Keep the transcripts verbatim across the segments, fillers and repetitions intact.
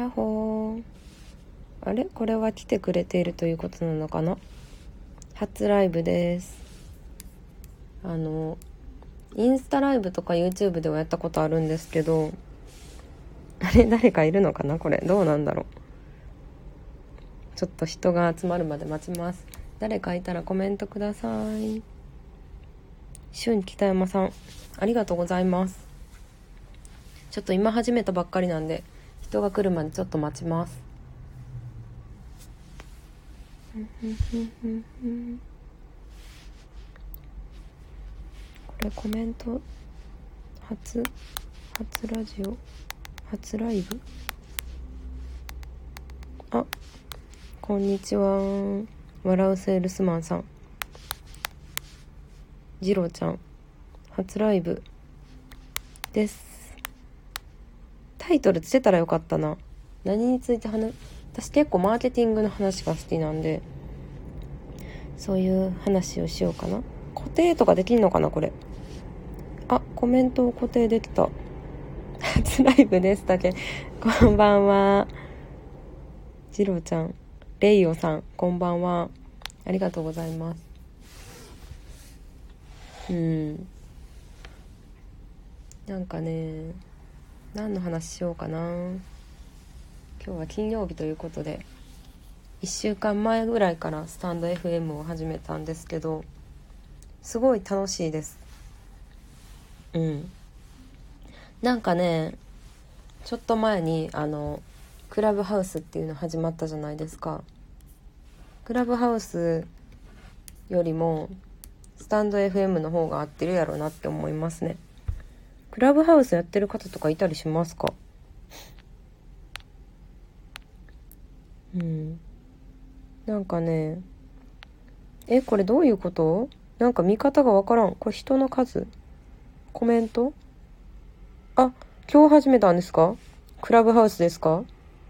やっほー。あれこれは来てくれているということなのかな。初ライブです。あのインスタライブとか YouTube ではやったことあるんですけど、あれ誰かいるのかな。これどうなんだろう。ちょっと人が集まるまで待ちます。誰かいたらコメントください。春北山さんありがとうございます。ちょっと今始めたばっかりなんで人が来るまでちょっと待ちます。これコメント初初ラジオ初ライブ。あ、こんにちは。笑うセールスマンさん、ジローちゃん初ライブです。タイトルつけたらよかったな。何について話、私結構マーケティングの話が好きなんで、そういう話をしようかな。固定とかできんのかなこれ。あ、コメントを固定できた。初ライブですだけ。こんばんは。ジローちゃん、レイオさん、こんばんは。ありがとうございます。うんなんかね、何の話しようかな。今日は金曜日ということでいっしゅうかんまえぐらいからスタンド エフエム を始めたんですけど、すごい楽しいです。うんなんかね、ちょっと前にあのクラブハウスっていうの始まったじゃないですか。クラブハウスよりもスタンド エフエム の方が合ってるやろうなって思いますね。クラブハウスやってる方とかいたりしますか？うんなんかね、えこれどういうこと？なんか見方がわからん。これ人の数？コメント？あ、今日始めたんですか？クラブハウスですか？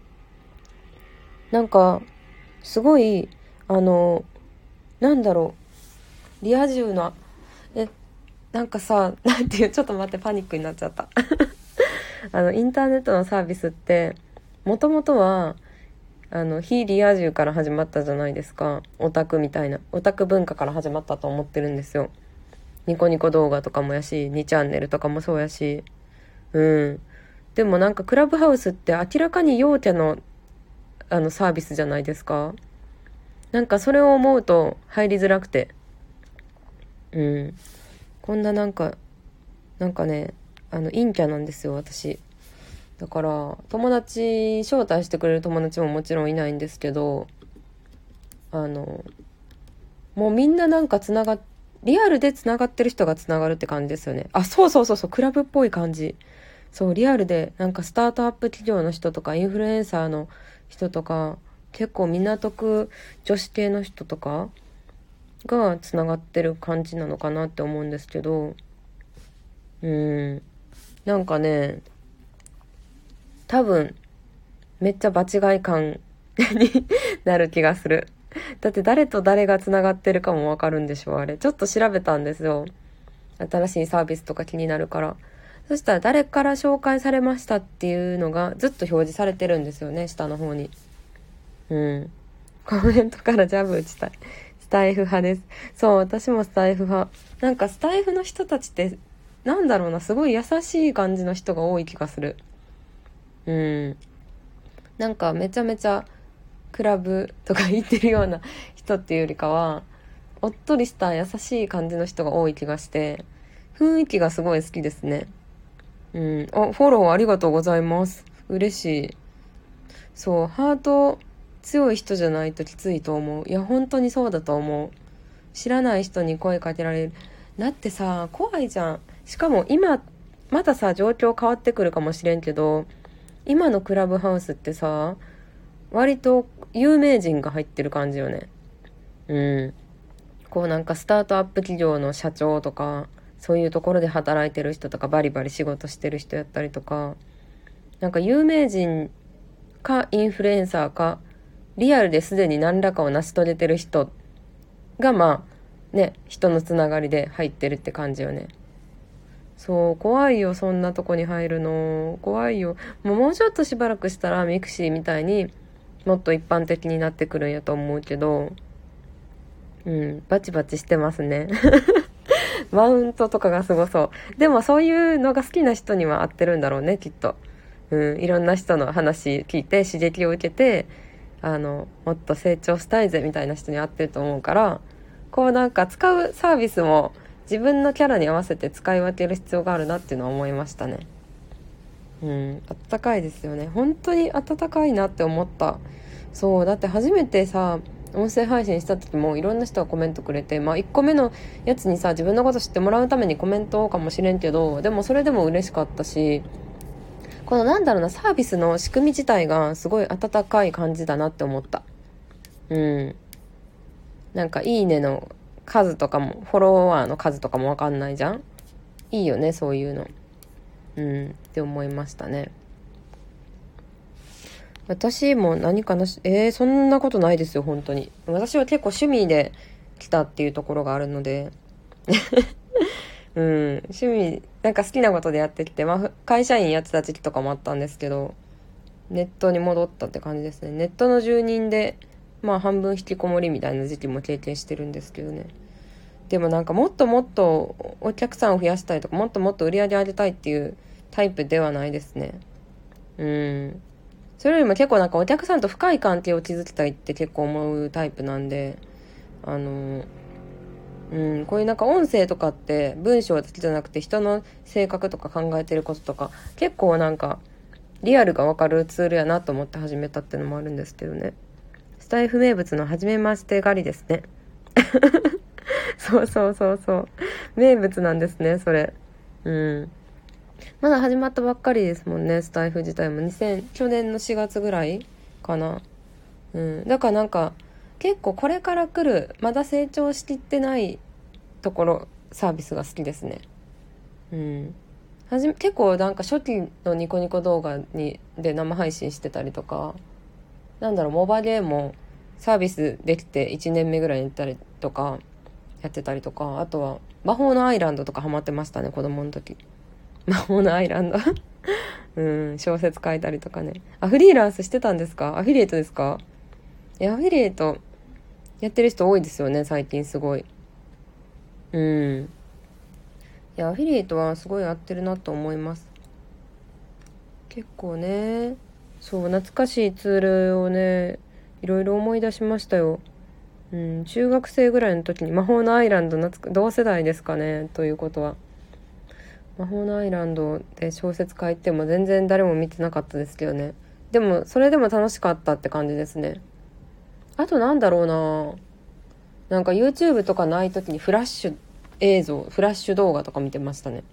なんかすごいあのなんだろう、リア充な、えなんかさ、なんていう、ちょっと待って、パニックになっちゃったあのインターネットのサービスってもともとはあの非リア充から始まったじゃないですか。オタクみたいなオタク文化から始まったと思ってるんですよ。ニコニコ動画とかもやし、にチャンネルとかもそうやし。うんでもなんかクラブハウスって明らかに陽キャのあのサービスじゃないですか。なんかそれを思うと入りづらくて、うんこんななんかなんかね、あの陰キャなんですよ私。だから友達招待してくれる友達ももちろんいないんですけど、あのもうみんななんかつながっリアルでつながってる人がつながるって感じですよね。あ、そうそうそうそう、クラブっぽい感じ。そうリアルでなんかスタートアップ企業の人とかインフルエンサーの人とか、結構港区女子系の人とかがつながってる感じなのかなって思うんですけど、うんなんかね、多分めっちゃ場違い感になる気がする。だって誰と誰がつながってるかもわかるんでしょあれ。ちょっと調べたんですよ。新しいサービスとか気になるから。そしたら誰から紹介されましたっていうのがずっと表示されてるんですよね、下の方に。うんコメントからジャブ打ちたい。スタイフ派です。そう私もスタイフ派。なんかスタイフの人たちってなんだろうな、すごい優しい感じの人が多い気がする。うんなんかめちゃめちゃクラブとか行ってるような人っていうよりかは、おっとりした優しい感じの人が多い気がして、雰囲気がすごい好きですね。うんあ、フォローありがとうございます。嬉しい。そうハート強い人じゃないときついと思う。いや本当にそうだと思う。知らない人に声かけられる。だってさ怖いじゃん。しかも今まださ状況変わってくるかもしれんけど、今のクラブハウスってさ割と有名人が入ってる感じよね。うんこうなんかスタートアップ企業の社長とか、そういうところで働いてる人とか、バリバリ仕事してる人やったりとか、なんか有名人かインフルエンサーかリアルですでに何らかを成し遂げてる人がまあね、人のつながりで入ってるって感じよね。 そう怖いよ、そんなとこに入るの怖いよ。もうもうちょっとしばらくしたらミクシーみたいにもっと一般的になってくるんやと思うけど、うんバチバチしてますね。マウントとかがすごそう。でもそういうのが好きな人には合ってるんだろうね、きっと。うん、いろんな人の話聞いて刺激を受けて、あのもっと成長したいぜみたいな人に合ってると思うから、こうなんか使うサービスも自分のキャラに合わせて使い分ける必要があるなっていうのは思いましたね。うん、あったかいですよね。本当に温かいなって思った。そうだって初めてさ音声配信した時もいろんな人がコメントくれて、まあいっこめのやつにさ自分のこと知ってもらうためにコメントかもしれんけど、でもそれでも嬉しかったし、このなんだろうな、サービスの仕組み自体がすごい温かい感じだなって思った。うんなんかいいねの数とかもフォロワーの数とかもわかんないじゃん。いいよねそういうの。うんって思いましたね。私も何かなし、えー、そんなことないですよ本当に。私は結構趣味で来たっていうところがあるのでうん趣味なんか好きなことでやってきて、まあ会社員やってた時期とかもあったんですけど、ネットに戻ったって感じですね。ネットの住人でまあ半分引きこもりみたいな時期も経験してるんですけどね。でもなんかもっともっとお客さんを増やしたいとか、もっともっと売り上げ上げたいっていうタイプではないですね。うんそれよりも結構なんかお客さんと深い関係を築きたいって結構思うタイプなんで、あのうんこういうなんか音声とかって文章だけじゃなくて人の性格とか考えてることとか結構なんかリアルが分かるツールやなと思って始めたっていうのもあるんですけどね。スタイフ名物の初めまして狩りですね。そうそうそうそう名物なんですねそれ。うんまだ始まったばっかりですもんね、スタイフ自体もにせん去年のしがつぐらいかな。うんだからなんか結構これから来るまだ成長しきってないところサービスが好きですね。うんはじめ結構なんか初期のニコニコ動画にで生配信してたりとか、なんだろうモバゲーもサービスできていちねんめぐらいに行ったりとかやってたりとか、あとは魔法のアイランドとかハマってましたね子供の時。魔法のアイランドうん小説書いたりとかね。あフリーランスしてたんですか？アフィリエイトですか？いやアフィリエイトやってる人多いですよね最近すごい。うんいやアフィリエイトはすごい合ってるなと思います。結構ねそう懐かしいツールをねいろいろ思い出しましたよ。うん中学生ぐらいの時に魔法のアイランド懐か同世代ですかね。ということは魔法のアイランドで小説書いても全然誰も見てなかったですけどね。でもそれでも楽しかったって感じですね。あとなんだろうな、なんか YouTube とかない時にフラッシュ映像フラッシュ動画とか見てましたね。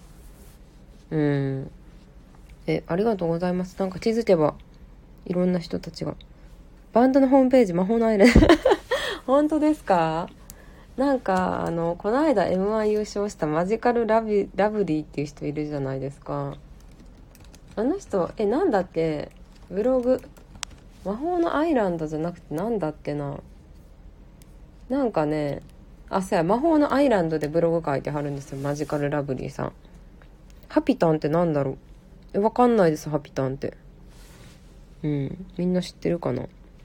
うんえありがとうございます。なんか気づけばいろんな人たちがバンドのホームページ魔法のアイランド本当ですか？なんかあのこの間 エムワン 優勝したマジカルラビラブリーっていう人いるじゃないですか。あの人えなんだっけブログ魔法のアイランドじゃなくてなんだっけな、なんかねあそうや魔法のアイランドでブログ書いてはるんですよマジカルラブリーさん。ハピタンってなんだろうえわかんないですハピタンって。うんみんな知ってるかな。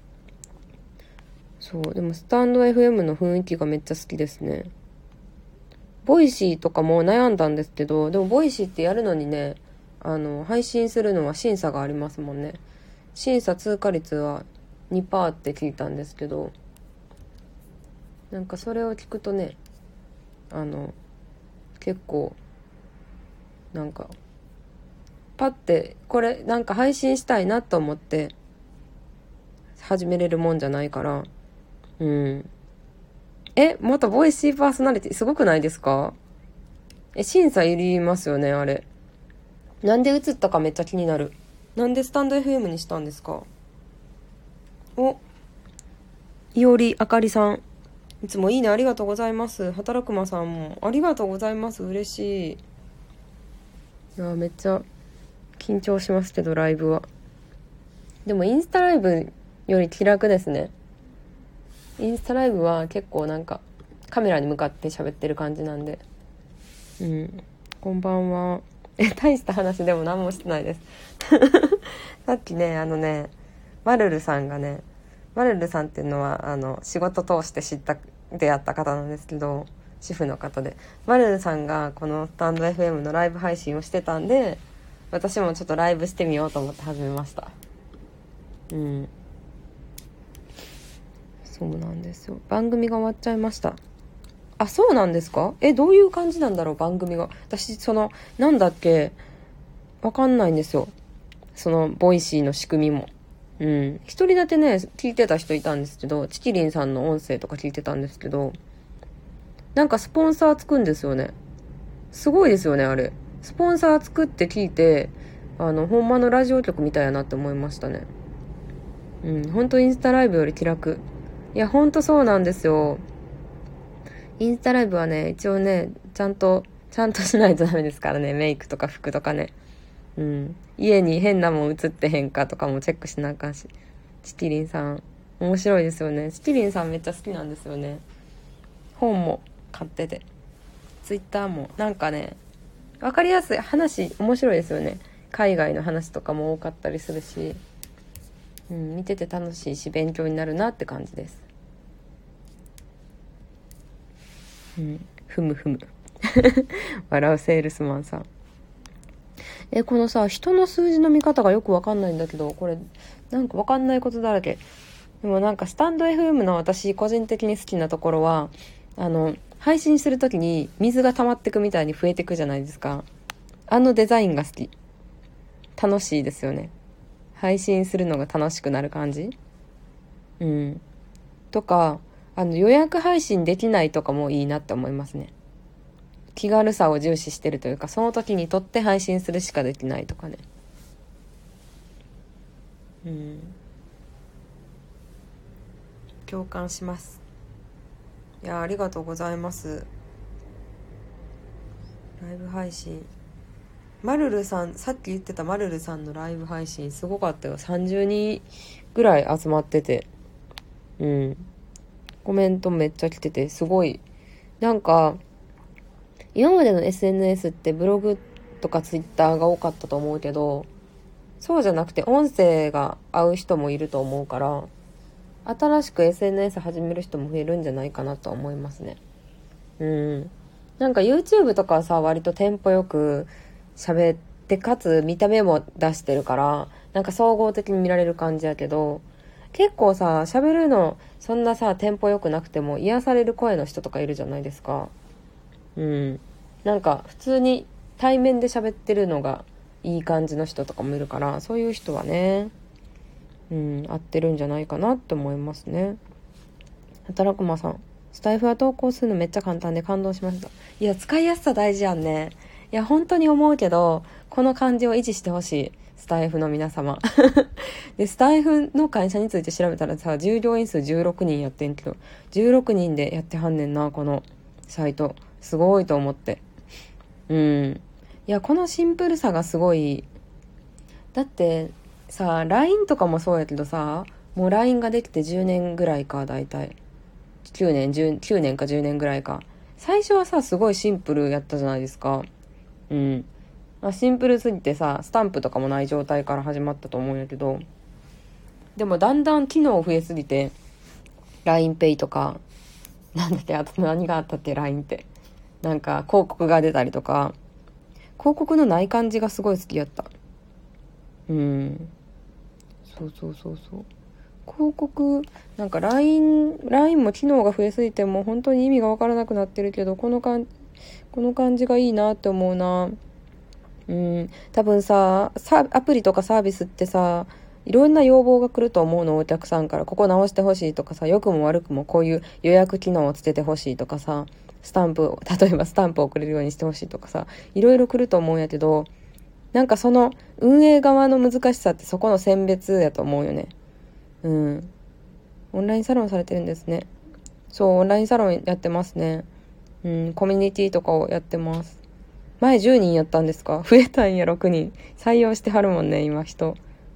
そうでもスタンド エフエム の雰囲気がめっちゃ好きですね。ボイシーとかも悩んだんですけど、でもボイシーってやるのにねあの配信するのは審査がありますもんね。審査通過率は にパーセント って聞いたんですけど、なんかそれを聞くとねあの結構なんかパッてこれなんか配信したいなと思って始めれるもんじゃないから。うんえ元ボイシーパーソナリティすごくないですか？え審査いりますよねあれ。なんで映ったかめっちゃ気になる。なんでスタンド エフエム にしたんですか？おいおりあかりさんいつもいいねありがとうございます。働くまさんもありがとうございます。嬉しい。いやめっちゃ緊張しますけどライブは。でもインスタライブより気楽ですね。インスタライブは結構なんかカメラに向かって喋ってる感じなんで、うんこんばんは。え、大した話でも何もしてないですさっきね、あのね、マルルさんがね、マルルさんっていうのはあの仕事通して知った出会った方なんですけど、主婦の方で、マルルさんがこのスタンド エフエム のライブ配信をしてたんで、私もちょっとライブしてみようと思って始めました。うん、そうなんですよ。番組が終わっちゃいました。あ、そうなんですか？え、どういう感じなんだろう、番組が。私、その、なんだっけ、わかんないんですよ。その、ボイシーの仕組みも。うん。一人だけね、聞いてた人いたんですけど、チキリンさんの音声とか聞いてたんですけど、なんかスポンサーつくんですよね。すごいですよね、あれ。スポンサー作って聞いて、あの、ほんまのラジオ局みたいやなって思いましたね。うん、ほんとインスタライブより気楽。いや、ほんとそうなんですよ。インスタライブはね、一応ね、ちゃんと、ちゃんとしないとダメですからね。メイクとか服とかね。うん。家に変なもん映ってへんかとかもチェックしなあかんし。チキリンさん、面白いですよね。チキリンさんめっちゃ好きなんですよね。本も買ってて。ツイッターも。なんかね、わかりやすい話、面白いですよね。海外の話とかも多かったりするし。うん、見てて楽しいし、勉強になるなって感じです。うん、ふむふむ。笑うセールスマンさん。え、このさ、人の数字の見方がよくわかんないんだけど、これ、なんかわかんないことだらけ。でもなんか、スタンド エフエム の私、個人的に好きなところは、あの、配信するときに水が溜まってくみたいに増えてくじゃないですか。あのデザインが好き。楽しいですよね。配信するのが楽しくなる感じ。うん。とか、あの、予約配信できないとかもいいなって思いますね。気軽さを重視してるというか、その時にとって配信するしかできないとかね。うん、共感します。いや、ありがとうございます。ライブ配信、マルルさん、さっき言ってたマルルさんのライブ配信すごかったよ。さんじゅうにんぐらい集まってて、うん、コメントめっちゃ来てて、すごい。なんか今までの エスエヌエス ってブログとかツイッターが多かったと思うけど、そうじゃなくて音声が合う人もいると思うから、新しく エスエヌエス 始める人も増えるんじゃないかなと思いますね。うん。なんか YouTube とかはさ、割とテンポよく喋って、かつ見た目も出してるから、なんか総合的に見られる感じやけど、結構さ、喋るのそんなさ、テンポよくなくても癒される声の人とかいるじゃないですか。うん。なんか普通に対面で喋ってるのがいい感じの人とかもいるから、そういう人はね、うん、合ってるんじゃないかなって思いますね。働くまさん、スタイフは投稿するのめっちゃ簡単で感動しました。いや、使いやすさ大事やんね。いや、本当に思うけど、この感じを維持してほしい。スタイフの皆様。で、スタイフの会社について調べたらさ、従業員数じゅうろくにんやってんけど、じゅうろくにんでやってはんねんな、このサイト。すごいと思って。うん。いや、このシンプルさがすごい。だってさ、ライン とかもそうやけどさ、もう ライン ができてじゅうねんぐらいか、だいたい。きゅうねん、じゅう、きゅうねんかじゅうねんぐらいか。最初はさ、すごいシンプルやったじゃないですか。うん。シンプルすぎてさ、スタンプとかもない状態から始まったと思うんやけど、でもだんだん機能増えすぎて、ラインペイ とか、なんだっけ、あと何があったっけ、ライン って。なんか広告が出たりとか、広告のない感じがすごい好きやった。うん。そうそうそうそう。広告、なんか ライン、ライン も機能が増えすぎてもう本当に意味がわからなくなってるけど、この感、この感じがいいなって思うな。うん。多分さ、さ、アプリとかサービスってさ、いろんな要望が来ると思うの、お客さんから。ここ直してほしいとかさ、良くも悪くもこういう予約機能をつけてほしいとかさ、スタンプを、例えばスタンプを送れるようにしてほしいとかさ、いろいろ来ると思うんやけど、なんかその運営側の難しさってそこの選別やと思うよね。うん。オンラインサロンされてるんですね。そう、オンラインサロンやってますね。うん、コミュニティとかをやってます。前じゅうにんやったんですか？増えたんやろくにん。採用してはるもんね、今人。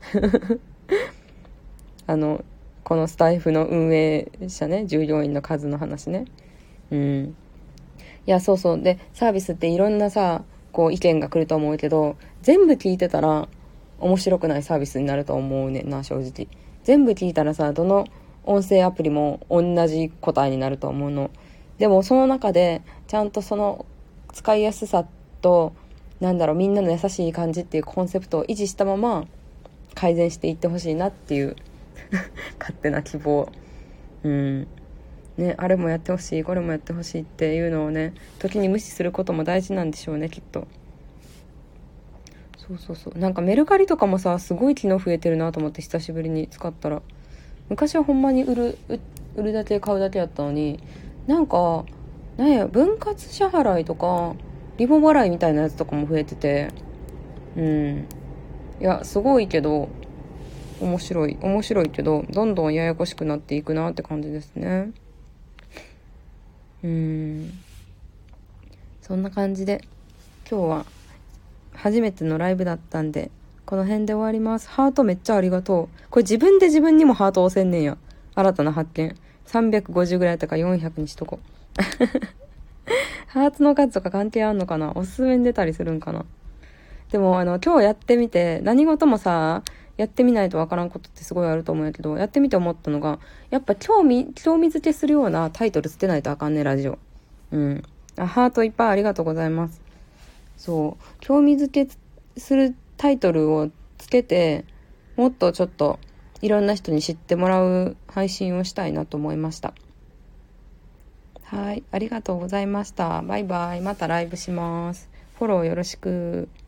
あの、このスタイフの運営者ね、従業員の数の話ね。うん。いや、そうそう。で、サービスっていろんなさ、 こう意見が来ると思うけど、全部聞いてたら面白くないサービスになると思うねんな、正直。全部聞いたらさ、どの音声アプリも同じ答えになると思うの。でもその中でちゃんとその使いやすさと、なんだろう、みんなの優しい感じっていうコンセプトを維持したまま改善していってほしいなっていう勝手な希望。うんね、あれもやってほしい、これもやってほしいっていうのをね、時に無視することも大事なんでしょうね、きっと。そうそうそう。なんかメルカリとかもさ、すごい機能増えてるなと思って、久しぶりに使ったら。昔はほんまに売る売るだけ買うだけやったのに、なんかなんや分割支払いとかリボ払いみたいなやつとかも増えてて、うんいやすごいけど、面白い面白いけど、どんどんややこしくなっていくなって感じですね。うんそんな感じで、今日は初めてのライブだったんで、この辺で終わります。ハートめっちゃありがとう。これ自分で自分にもハート押せんねんや。新たな発見。さんびゃくごじゅうぐらいだったからよんひゃくにしとこう。ハートの数とか関係あんのかな、おすすめに出たりするんかな。でもあの今日やってみて、何事もさやってみないとわからんことってすごいあると思うんやけど、やってみて思ったのが、やっぱ興味興味づけするようなタイトルつけないとあかんね、ラジオ。うんあハートいっぱいありがとうございます。そう興味づけするタイトルをつけて、もっとちょっといろんな人に知ってもらう配信をしたいなと思いました。はい、ありがとうございました。バイバイ。またライブします。フォローよろしく。